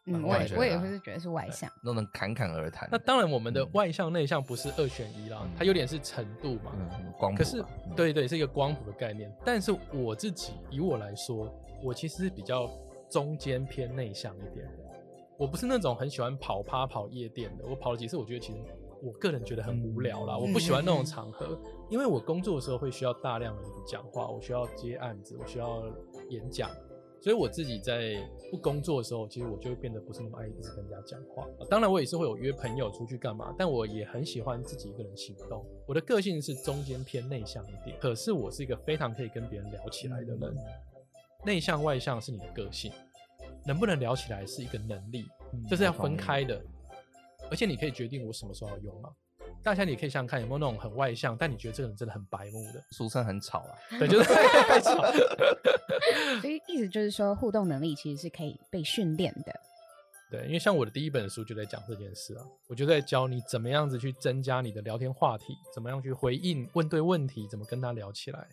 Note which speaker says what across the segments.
Speaker 1: 我也会是觉得是外向，
Speaker 2: 都能侃侃而谈。
Speaker 3: 那当然，我们的外向内向不是2选1啦，它有点是程度嘛。
Speaker 2: 光谱。
Speaker 3: 可是，对，是一个光谱的概念。但是我自己以我来说，我其实是比较中间偏内向一点的。我不是那种很喜欢跑趴跑夜店的，我跑了几次，我觉得其实我个人觉得很无聊啦，我不喜欢那种场合，因为我工作的时候会需要大量的讲话，我需要接案子，我需要演讲。所以我自己在不工作的时候，其实我就会变得不是那么爱一直跟人家讲话。当然我也是会有约朋友出去干嘛，但我也很喜欢自己一个人行动。我的个性是中间偏内向一点，可是我是一个非常可以跟别人聊起来的人。内向外向是你的个性，能不能聊起来是一个能力，这是要分开的。而且你可以决定我什么时候要用啊。大家你可以想想看，有没有那种很外向，但你觉得这个人真的很白目的，
Speaker 2: 俗称很吵啊。
Speaker 3: 对，就是太吵。
Speaker 1: 所以意思就是说，互动能力其实是可以被训练的。
Speaker 3: 对，因为像我的第一本书就在讲这件事啊，我就在教你怎么样子去增加你的聊天话题，怎么样去回应问对问题，怎么跟他聊起来。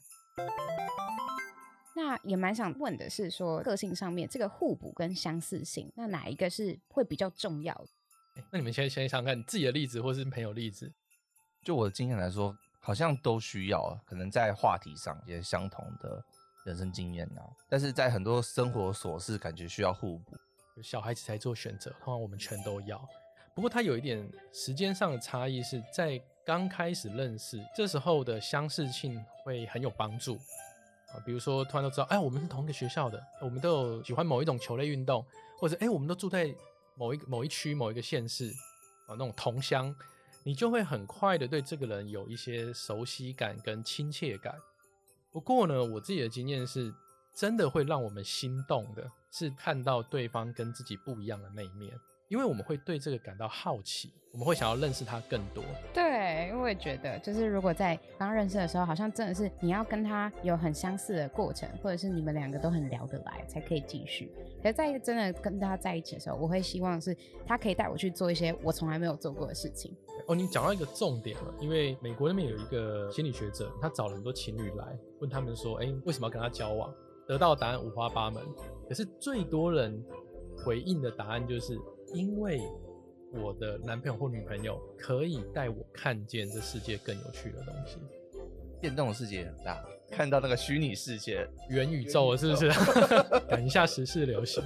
Speaker 1: 那也蛮想问的是说，个性上面这个互补跟相似性，那哪一个是会比较重要的？
Speaker 3: 那你们先想想看，你自己的例子或是朋友例子。
Speaker 2: 就我的经验来说，好像都需要，可能在话题上也相同的人生经验啊，但是在很多生活琐事，感觉需要互补。
Speaker 3: 小孩子才做选择，通常我们全都要。不过它有一点时间上的差异，是在刚开始认识，这时候的相似性会很有帮助。比如说突然都知道，我们是同一个学校的，我们都有喜欢某一种球类运动，或者我们都住在某一区某一个县市，那种同乡，你就会很快的对这个人有一些熟悉感跟亲切感。不过呢，我自己的经验是，真的会让我们心动的是看到对方跟自己不一样的那一面，因为我们会对这个感到好奇，我们会想要认识他更多。
Speaker 1: 对，我也觉得，就是如果在刚认识的时候，好像真的是你要跟他有很相似的过程，或者是你们两个都很聊得来，才可以继续。可是在真的跟他在一起的时候，我会希望是他可以带我去做一些我从来没有做过的事情。
Speaker 3: 你讲到一个重点了，因为美国那边有一个心理学者，他找了很多情侣来问他们说，为什么要跟他交往？得到的答案五花八门，可是最多人回应的答案就是因为我的男朋友或女朋友可以带我看见这世界更有趣的东西。
Speaker 2: 变动的世界很大，看到那个虚拟世界
Speaker 3: 元宇宙了，是不是？赶一下时事流行。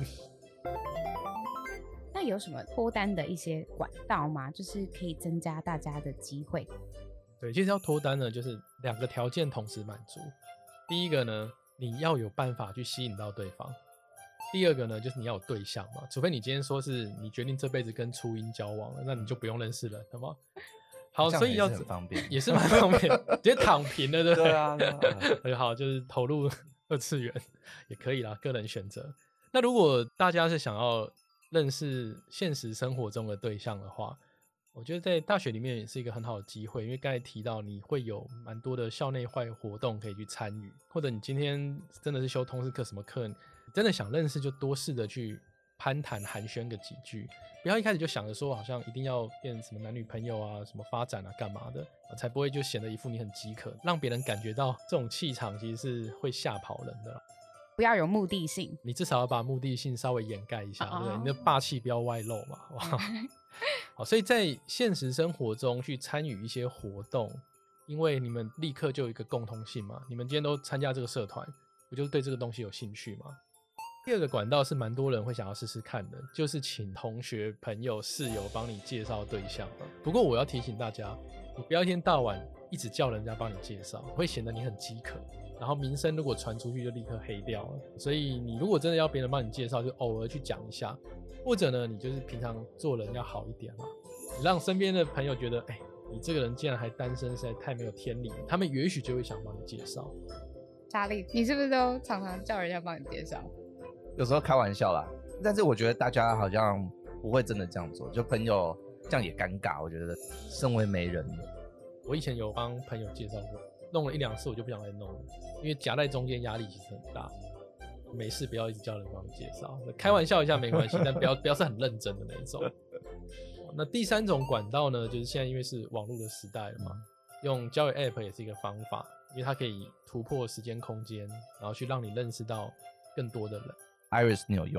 Speaker 1: 那有什么脱单的一些管道吗？就是可以增加大家的机会。
Speaker 3: 对，其实要脱单呢，就是2个条件同时满足。第一个呢，你要有办法去吸引到对方；第二个呢，就是你要有对象嘛，除非你今天说是你决定这辈子跟初音交往了，那你就不用认识人，好吗？好，所以要
Speaker 2: 很方便，
Speaker 3: 也是蛮方便，直接躺平了，对不对？
Speaker 2: 对啊，
Speaker 3: 很好，就是投入2次元也可以啦，个人选择。那如果大家是想要认识现实生活中的对象的话，我觉得在大学里面也是一个很好的机会，因为刚才提到你会有蛮多的校内外活动可以去参与，或者你今天真的是修通识课什么课，你真的想认识就多试着去攀谈寒暄个几句，不要一开始就想着说好像一定要变什么男女朋友啊，什么发展啊干嘛的，才不会就显得一副你很饥渴，让别人感觉到这种气场其实是会吓跑人的啦。
Speaker 1: 不要有目的性，
Speaker 3: 你至少要把目的性稍微掩盖一下，对不对？你的霸气不要外露嘛。好，所以在现实生活中去参与一些活动，因为你们立刻就有一个共通性嘛，你们今天都参加这个社团，不就是对这个东西有兴趣吗？第二个管道是蛮多人会想要试试看的，就是请同学、朋友、室友帮你介绍对象嘛。不过我要提醒大家，你不要一天到晚一直叫人家帮你介绍，会显得你很饥渴，然后名声如果传出去就立刻黑掉了。所以你如果真的要别人帮你介绍，就偶尔去讲一下，或者呢，你就是平常做人要好一点嘛，你让身边的朋友觉得，你这个人竟然还单身，实在太没有天理了，他们也许就会想帮你介绍。
Speaker 1: 查理，你是不是都常常叫人家帮你介绍？
Speaker 2: 有时候开玩笑啦，但是我觉得大家好像不会真的这样做，就朋友这样也尴尬。我觉得身为媒人的，
Speaker 3: 我以前有帮朋友介绍过，弄了1-2次我就不想再弄了，因为夹在中间压力其实很大。没事不要一直叫人帮你介绍，开玩笑一下没关系，但不要是很认真的那一种。那第3种管道呢，就是现在因为是网络的时代了嘛，用交友 App 也是一个方法，因为它可以突破时间空间，然后去让你认识到更多的人。
Speaker 2: Iris 你有用吗？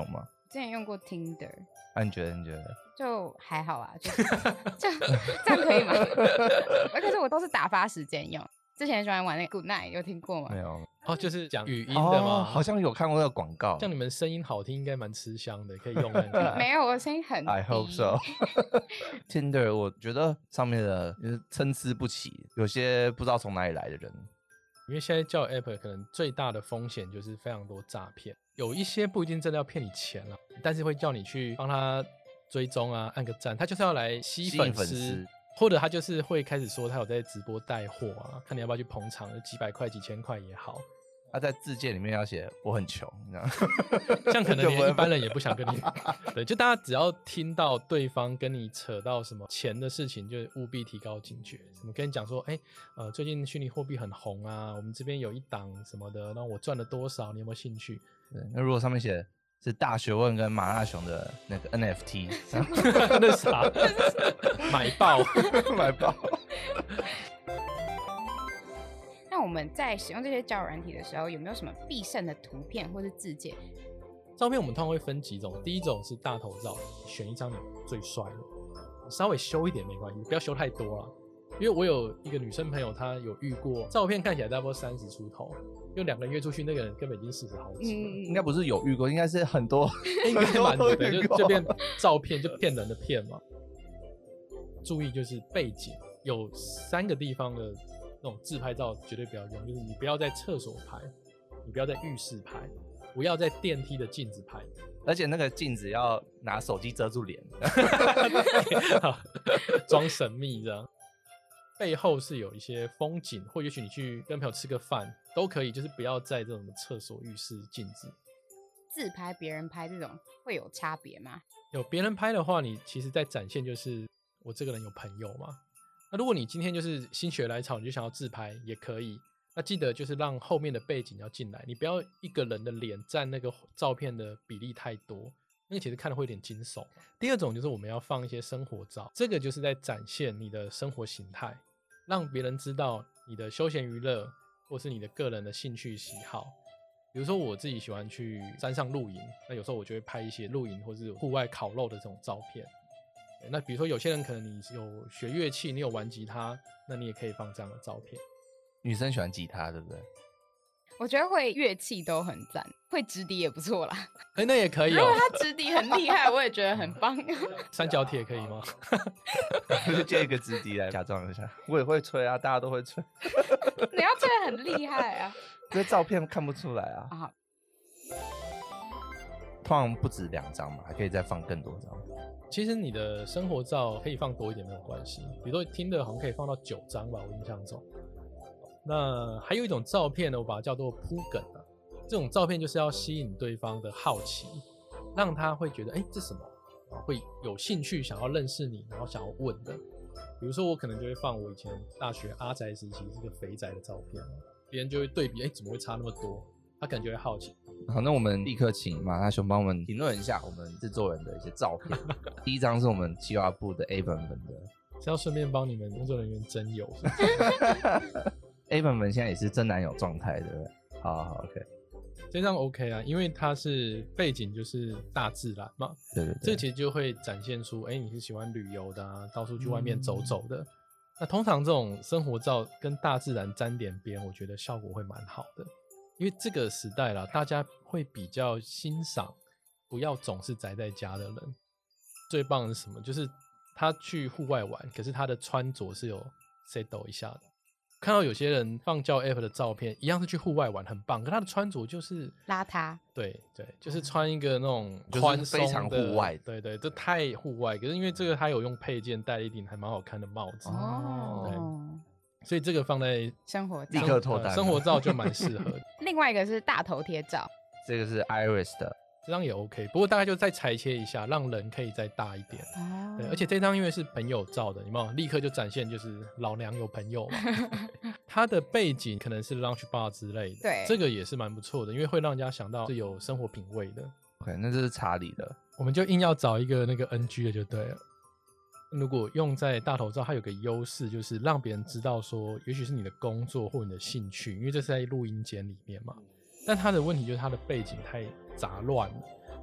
Speaker 1: 之前用过 Tinder，
Speaker 2: 你觉得？
Speaker 1: 就还好啦，就这样可以吗？可是我都是打发时间用。之前喜欢玩那个 Good Night， 有听过吗？
Speaker 2: 没有。
Speaker 3: 就是讲语音的吗？
Speaker 2: 好像有看过那个广告。
Speaker 3: 像你们声音好听，应该蛮吃香的，可以用看看。
Speaker 1: 没有，我声音很低。
Speaker 2: I hope so 。Tinder 我觉得上面的就是参差不齐，有些不知道从哪里来的人。
Speaker 3: 因为现在交友 App 可能最大的风险就是非常多诈骗，有一些不一定真的要骗你钱啦，但是会叫你去帮他追踪啊，按个赞，他就是要来吸粉丝。或者他就是会开始说他有在直播带货啊，看你要不要去捧场，几百块几千块也好。
Speaker 2: 他在自介里面要写我很穷，这样
Speaker 3: 这样可能连一般人也不想跟你对，就大家只要听到对方跟你扯到什么钱的事情，就务必提高警觉。什么跟你讲说最近虚拟货币很红啊，我们这边有一档什么的，然后我赚了多少，你有没有兴趣？
Speaker 2: 对，那如果上面写是大学问跟麻辣熊的那个 NFT
Speaker 3: 那啥买爆
Speaker 2: 买爆。
Speaker 1: 那我们在使用这些交友软体的时候，有没有什么必胜的图片或是自介？
Speaker 3: 照片我们通常会分几种，第一种是大头照，选一张你最帅的，稍微修一点没关系，不要修太多啦。因为我有一个女生朋友，她有遇过照片看起来差不多30出头，就2个人约出去，那个人根本已经40好几了。
Speaker 2: 应该不是有遇过，应该是很多，
Speaker 3: 应该蛮多的，就变照片就骗人的骗嘛。注意就是背景，有3个地方的那种自拍照绝对不要用，就是你不要在厕所拍，你不要在浴室拍，不要在电梯的镜子拍，
Speaker 2: 而且那个镜子要拿手机遮住脸，
Speaker 3: 装神秘这样。背后是有一些风景，或也许你去跟朋友吃个饭都可以，就是不要在这种厕所、浴室、镜子。
Speaker 1: 自拍别人拍这种会有差别吗？
Speaker 3: 有别人拍的话，你其实在展现就是我这个人有朋友嘛。那如果你今天就是心血来潮，你就想要自拍也可以，那记得就是让后面的背景要进来，你不要一个人的脸占那个照片的比例太多，那个其实看了会有点惊悚。第二种就是我们要放一些生活照，这个就是在展现你的生活形态，让别人知道你的休闲娱乐或是你的个人的兴趣喜好。比如说我自己喜欢去山上露营，那有时候我就会拍一些露营或是户外烤肉的这种照片。那比如说有些人可能你有学乐器，你有玩吉他，那你也可以放这样的照片。
Speaker 2: 女生喜欢吉他对不对？
Speaker 1: 我觉得会乐器都很赞，会直笛也不错啦。
Speaker 3: 那也可以
Speaker 1: 如果他直笛很厉害，我也觉得很棒。
Speaker 3: 三角铁可以吗？
Speaker 2: 就借一个直笛来假装一下，我也会吹啊，大家都会吹。
Speaker 1: 你要吹得很厉害啊！
Speaker 2: 这照片看不出来啊。通常不止2张嘛，还可以再放更多张。
Speaker 3: 其实你的生活照可以放多一点没有关系，比如说听的好像可以放到9张吧，我印象中。那还有一种照片呢，我把它叫做铺梗啊。这种照片就是要吸引对方的好奇，让他会觉得这什么，会有兴趣想要认识你，然后想要问的。比如说我可能就会放我以前大学阿宅时期是个肥宅的照片，别人就会对比，怎么会差那么多？他可能就会好奇。
Speaker 2: 好，那我们立刻请马大雄帮我们评论一下我们制作人的一些照片。第一张是我们企划部的 A 本本的，
Speaker 3: 是要顺便帮你们工作人员征友是不
Speaker 2: 是？A 本本现在也是真男友状态，对不对？好 ，OK。
Speaker 3: 这张 OK 啊，因为它是背景就是大自然嘛，
Speaker 2: 对，
Speaker 3: 这个其实就会展现出，你是喜欢旅游的啊，到处去外面走走的。那通常这种生活照跟大自然沾点边，我觉得效果会蛮好的。因为这个时代啦，大家会比较欣赏不要总是宅在家的人。最棒的是什么？就是他去户外玩，可是他的穿着是有 settle 一下的。看到有些人放交友 app 的照片，一样是去户外玩，很棒，可他的穿着就是
Speaker 1: 邋遢。
Speaker 3: 对，就是穿一个那种宽松的，
Speaker 2: 非常户外。
Speaker 3: 对，这太户外。可是因为这个他有用配件戴了一顶还蛮好看的帽子。所以这个放在
Speaker 1: 生活照
Speaker 2: 立刻脱单，
Speaker 3: 生活照就蛮适合的。
Speaker 1: 另外一个是大头贴照，
Speaker 2: 这个是 Iris 的，
Speaker 3: 这张也 OK， 不过大概就再裁切一下，让人可以再大一点。对，而且这张因为是朋友照的，有没有立刻就展现就是老娘有朋友嘛？它的背景可能是 lunch bar 之类的，
Speaker 1: 对，
Speaker 3: 这个也是蛮不错的，因为会让人家想到是有生活品味的。
Speaker 2: OK， 那这是查理的，
Speaker 3: 我们就硬要找一个那个 NG 的就对了。如果用在大头照，它有个优势就是让别人知道说，也许是你的工作或你的兴趣，因为这是在录音间里面嘛。但它的问题就是它的背景太杂乱了，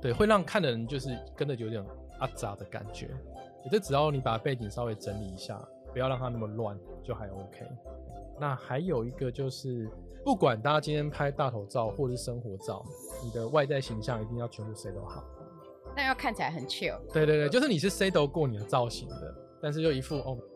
Speaker 3: 对，会让看的人就是跟着有点阿杂的感觉。这只要你把背景稍微整理一下，不要让它那么乱，就还 OK。那还有一个就是，不管大家今天拍大头照或者是生活照，你的外在形象一定要全部 set 好。
Speaker 1: 但要看起来很 chill。
Speaker 3: 对对对，就是你是 set 过你的造型的，但是又一副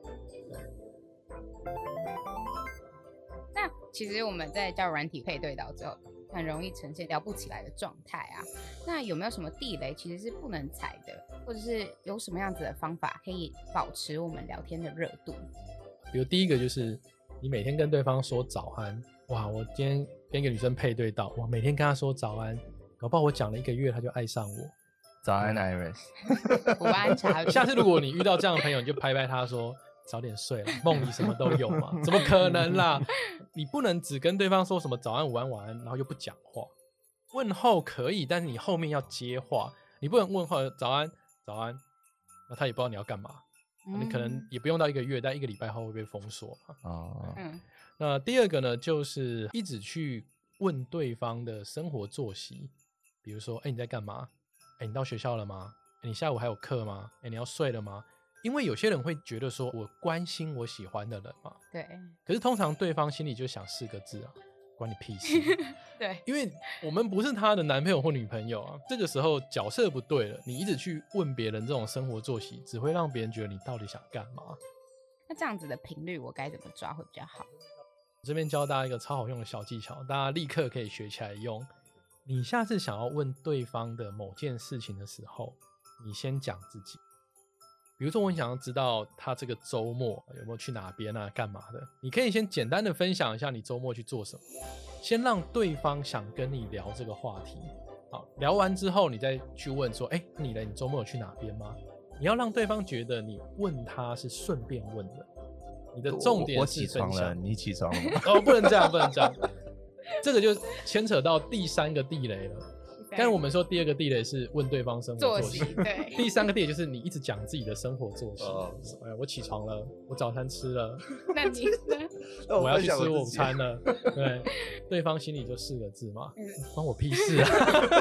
Speaker 1: 那其实我们在交友软体配对到之后，很容易呈现聊不起来的状态啊。那有没有什么地雷其实是不能踩的，或者是有什么样子的方法可以保持我们聊天的热度？
Speaker 3: 比如第一个就是你每天跟对方说早安，哇，我今天跟一个女生配对到，哇，每天跟她说早安，搞不好我讲了1个月她就爱上我。
Speaker 2: 早安 Iris，
Speaker 1: 午安茶。
Speaker 3: 下次如果你遇到这样的朋友，你就拍拍他说早点睡了，梦里什么都有嘛？怎么可能啦？你不能只跟对方说什么早安、午安、晚安，然后又不讲话。问候可以，但是你后面要接话，你不能问候早安、早安，那他也不知道你要干嘛。你可能也不用到1个月，但1个礼拜后会被封锁嘛。那第二个呢，就是一直去问对方的生活作息，比如说，你在干嘛？你到学校了吗？你下午还有课吗？你要睡了吗？因为有些人会觉得说，我关心我喜欢的人嘛。
Speaker 1: 对。
Speaker 3: 可是通常对方心里就想4个字啊，关你屁事。
Speaker 1: 对。
Speaker 3: 因为我们不是他的男朋友或女朋友啊，这个时候角色不对了，你一直去问别人这种生活作息，只会让别人觉得你到底想干嘛。
Speaker 1: 那这样子的频率我该怎么抓会比较好？
Speaker 3: 我这边教大家一个超好用的小技巧，大家立刻可以学起来用。你下次想要问对方的某件事情的时候，你先讲自己。比如说我很想要知道他这个周末有没有去哪边啊，干嘛的，你可以先简单的分享一下你周末去做什么，先让对方想跟你聊这个话题。好，聊完之后你再去问说，你周末有去哪边吗？你要让对方觉得你问他是顺便问的，你的重点
Speaker 2: 我
Speaker 3: 是分享。
Speaker 2: 起床了，你起床了吗？
Speaker 3: 不能这样，不能这样。这个就牵扯到第3个地雷了。刚才我们说第2个地雷是问对方生活作息，
Speaker 1: 对。
Speaker 3: 第3个地雷就是你一直讲自己的生活作息。我起床了，我早餐吃了，
Speaker 1: 那你呢？
Speaker 3: 我要去吃午餐了。对，对方心里就4个字嘛，关我屁事啊！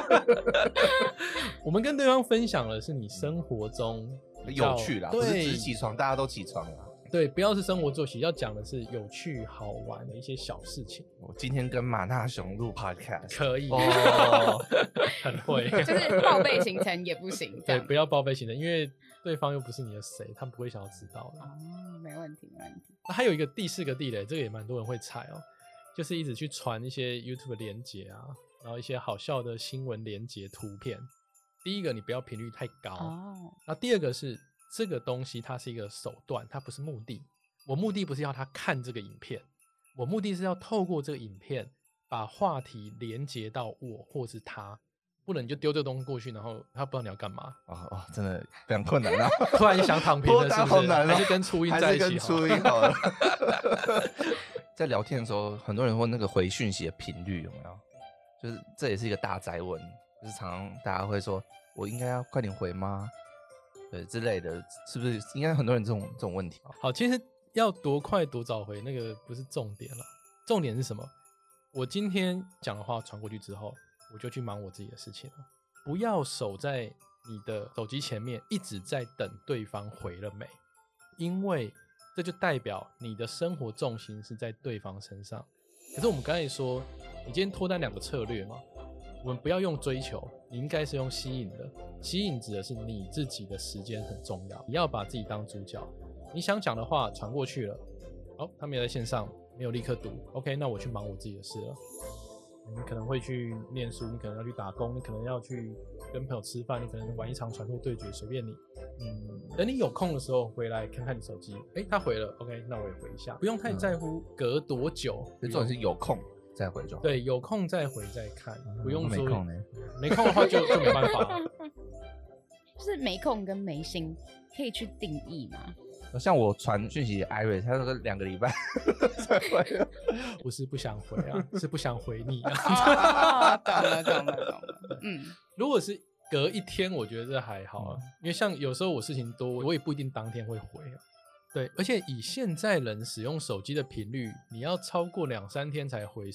Speaker 3: 我们跟对方分享的是你生活中
Speaker 2: 有趣啦，不是只起床，大家都起床了。
Speaker 3: 对，不要是生活作息，要讲的是有趣好玩的一些小事情。
Speaker 2: 我今天跟马大雄录 podcast，
Speaker 3: 可以很会，
Speaker 1: 就是报备行程也不行。
Speaker 3: 对，不要报备行程，因为对方又不是你的谁，他们不会想要知道的。
Speaker 1: 没问题，没问题。
Speaker 3: 还有一个第4个地雷，这个也蛮多人会踩哦，就是一直去传一些 YouTube 连结啊，然后一些好笑的新闻连结图片。第一个，你不要频率太高。那第2个是，这个东西它是一个手段，它不是目的。我目的不是要他看这个影片，我目的是要透过这个影片把话题连接到我或是他，不能你就丢这个东西过去，然后他不知道你要干嘛。
Speaker 2: 真的非常困难啊！
Speaker 3: 突然想躺平了，是不是？
Speaker 2: 好难
Speaker 3: 还是跟初音在一起好？
Speaker 2: 还是跟初音好了。在聊天的时候，很多人问那个回讯息的频率有没有？就是这也是一个大哉问，就是常常大家会说，我应该要快点回吗？对之类的，是不是应该很多人这种问题？
Speaker 3: 好，其实要多快多早回那个不是重点啦，重点是什么？我今天讲的话传过去之后，我就去忙我自己的事情了，不要守在你的手机前面一直在等对方回了没，因为这就代表你的生活重心是在对方身上。可是我们刚才说，你今天脱单2个策略嘛，我们不要用追求，你应该是用吸引的。吸引指的是你自己的时间很重要，你要把自己当主角。你想讲的话传过去了，他没有在线上，没有立刻读 ，OK， 那我去忙我自己的事了。你可能会去念书，你可能要去打工，你可能要去跟朋友吃饭，你可能玩一场传说对决，随便你。等你有空的时候回来看看你手机，他回了 ，OK， 那我也回一下，不用太在乎隔多久。
Speaker 2: 重点是有空再回就好。
Speaker 3: 对，有空再回再看，不用说
Speaker 2: 没空呢。
Speaker 3: 没空的话就没办法。
Speaker 1: 就是没空跟没心可以去定义吗？
Speaker 2: 像我传讯息给 Iris， 他说2个礼拜才回。
Speaker 3: 不是不想回啊，是不想回你啊。
Speaker 1: 懂了。
Speaker 3: 如果是隔1天，我觉得这还好啊，因为像有时候我事情多，我也不一定当天会回啊。对，而且以现在人使用手机的频率，你要超过2-3天才回是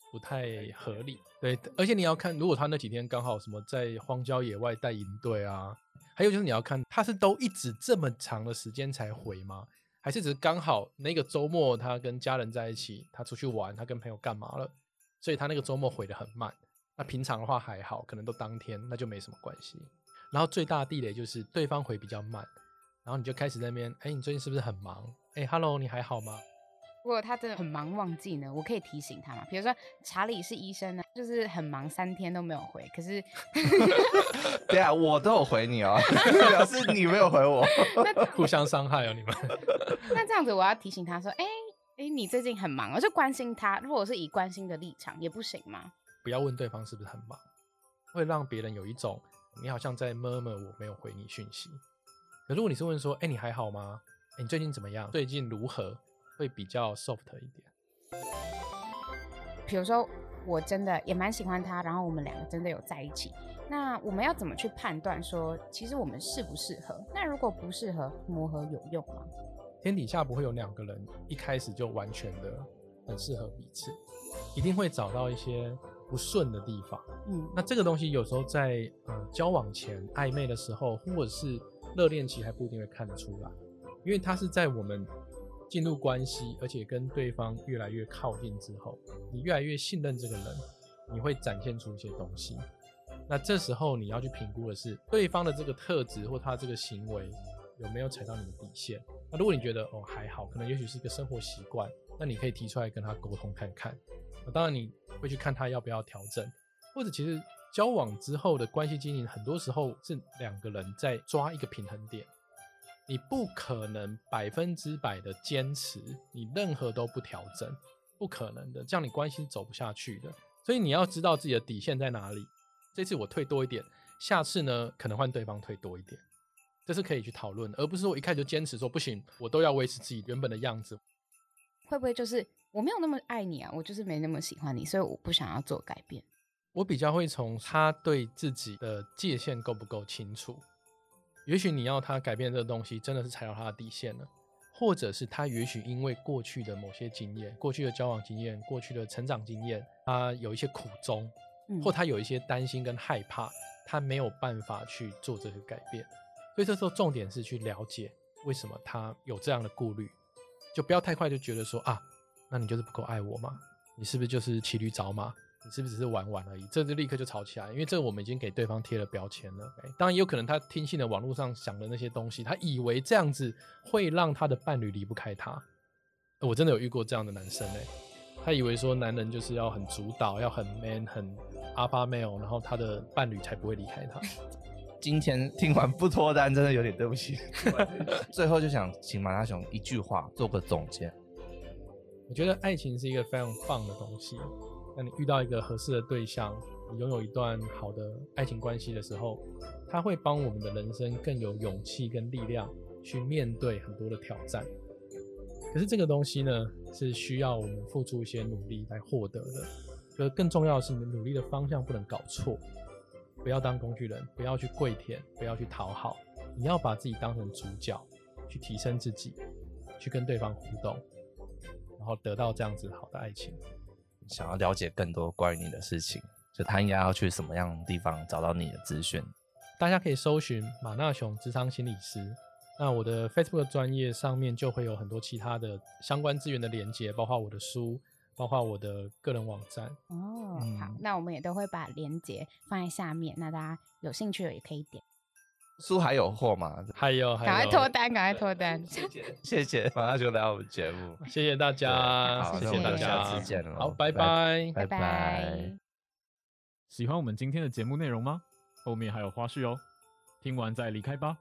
Speaker 3: 不太合理。对，而且你要看，如果他那几天刚好什么在荒郊野外带营队啊，还有就是你要看他是都一直这么长的时间才回吗？还是只是刚好那个周末他跟家人在一起，他出去玩，他跟朋友干嘛了，所以他那个周末回得很慢。那平常的话还好，可能都当天，那就没什么关系。然后最大的地雷就是对方回比较慢，然后你就开始在那边，你最近是不是很忙？Hello， 你还好吗？
Speaker 1: 如果他真的很忙忘记呢，我可以提醒他嘛？比如说查理是医生呢，就是很忙3天都没有回，可是
Speaker 2: 对啊，我都有回你哦，表示你没有回我，
Speaker 3: 互相伤害哦，你们。
Speaker 1: 那这样子我要提醒他说，你最近很忙，我就关心他。如果我是以关心的立场，也不行吗？
Speaker 3: 不要问对方是不是很忙，会让别人有一种你好像在murmur我没有回你讯息。可如果你是问说，你还好吗？你最近怎么样？最近如何？会比较 soft 一点。
Speaker 1: 比如说我真的也蛮喜欢他，然后我们2个真的有在一起，那我们要怎么去判断说其实我们适不适合？那如果不适合，磨合有用吗？
Speaker 3: 天底下不会有2个人一开始就完全的很适合彼此，一定会找到一些不顺的地方。那这个东西有时候在交往前暧昧的时候，或者是热恋期还不一定会看得出来，因为它是在我们进入关系，而且跟对方越来越靠近之后，你越来越信任这个人，你会展现出一些东西。那这时候你要去评估的是对方的这个特质或他这个行为有没有踩到你的底线。那如果你觉得还好，可能也许是一个生活习惯，那你可以提出来跟他沟通看看。当然你会去看他要不要调整，或者其实交往之后的关系经营很多时候是2个人在抓一个平衡点。你不可能100%的坚持，你任何都不调整，不可能的，这样你关系是走不下去的。所以你要知道自己的底线在哪里。这次我退多一点，下次呢可能换对方退多一点，这是可以去讨论，而不是我一开始就坚持说不行，我都要维持自己原本的样子。
Speaker 1: 会不会就是我没有那么爱你啊，我就是没那么喜欢你，所以我不想要做改变？
Speaker 3: 我比较会从他对自己的界限够不够清楚。也许你要他改变这个东西真的是踩到他的底线了，或者是他也许因为过去的某些经验，过去的交往经验，过去的成长经验，他有一些苦衷，或他有一些担心跟害怕，他没有办法去做这个改变。所以这时候重点是去了解为什么他有这样的顾虑，就不要太快就觉得说那你就是不够爱我吗？你是不是就是骑驴找马？你是不是只是玩玩而已？这就立刻就吵起来，因为这个我们已经给对方贴了标签了。当然也有可能他听信了网络上想的那些东西，他以为这样子会让他的伴侣离不开他。我真的有遇过这样的男生他以为说男人就是要很主导，要很 man， 很 alpha male， 然后他的伴侣才不会离开他。
Speaker 2: 今天听完不脱单真的有点对不起。最后就想请马大雄一句话做个总结。
Speaker 3: 我觉得爱情是一个非常棒的东西，那你遇到一个合适的对象，你拥有一段好的爱情关系的时候，它会帮我们的人生更有勇气跟力量去面对很多的挑战。可是这个东西呢，是需要我们付出一些努力来获得的。可更重要的是，你的努力的方向不能搞错，不要当工具人，不要去跪舔，不要去讨好，你要把自己当成主角，去提升自己，去跟对方互动，然后得到这样子好的爱情。
Speaker 2: 想要了解更多关于你的事情，就他应该要去什么样的地方找到你的资讯？
Speaker 3: 大家可以搜寻马纳雄諮商心理师，那我的 Facebook 專頁上面就会有很多其他的相关资源的连结，包括我的书，包括我的个人网站。
Speaker 1: 好，那我们也都会把连结放在下面，那大家有兴趣的也可以点。
Speaker 2: 书还有货吗？
Speaker 3: 还有，
Speaker 1: 赶快脱单，赶快脱单！
Speaker 2: 谢谢马大雄来我们节目，
Speaker 3: 谢谢大家，
Speaker 2: 好，
Speaker 3: 谢
Speaker 2: 那我们
Speaker 3: 谢大家，
Speaker 2: 下次见了，
Speaker 3: 好，拜拜，
Speaker 2: 拜拜。
Speaker 4: 喜欢我们今天的节目内容吗？后面还有花絮哦，听完再离开吧。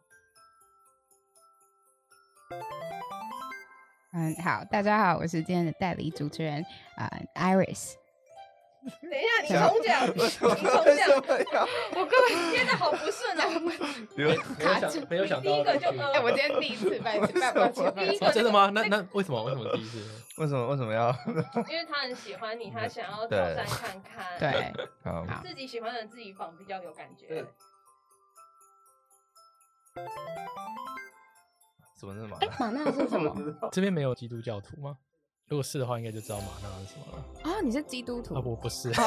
Speaker 1: 好，大家好，我是今天的代理主持人Iris。
Speaker 5: 等一下，你重讲，你重讲，我根本接的好不顺啊！
Speaker 3: 没有想到，
Speaker 5: 第一个就
Speaker 1: 我今天第一次，抱歉，
Speaker 5: 第一个
Speaker 3: 真的吗？那为什么第一次？
Speaker 2: 为什么要？
Speaker 5: 因为他很喜欢你，他想要挑战看看。
Speaker 1: 对，
Speaker 2: 好，
Speaker 5: 自己喜欢的自己仿比较有感觉。
Speaker 2: 什么是马？
Speaker 1: 马纳是什么？
Speaker 3: 这边没有基督教徒吗？ 如果是的话，应该就知道玛纳是什么了。
Speaker 1: 哦，你是基督徒？
Speaker 3: 我不是。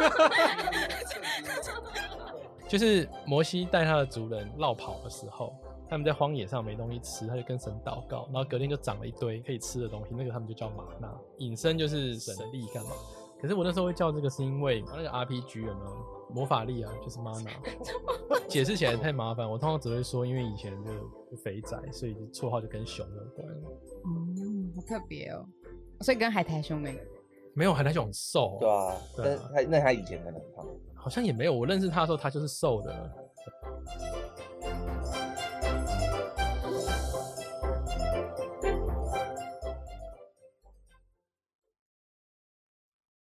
Speaker 3: 就是摩西带他的族人绕跑的时候，他们在荒野上没东西吃，他就跟神祷告，然后隔天就长了一堆可以吃的东西，那个他们就叫玛纳，引申就是神力干嘛。可是我那时候会叫这个是因为那个 RPG 有没有魔法力啊，就是 mana， 解释起来太麻烦，我通常只会说因为以前就肥宅，所以绰号就跟熊有关。
Speaker 1: 好特别哦。所以跟海苔熊那个
Speaker 3: 没有，海苔熊很瘦。
Speaker 2: 对啊，但他以前可能很胖，
Speaker 3: 好像也没有，我认识他的时候他就是瘦的。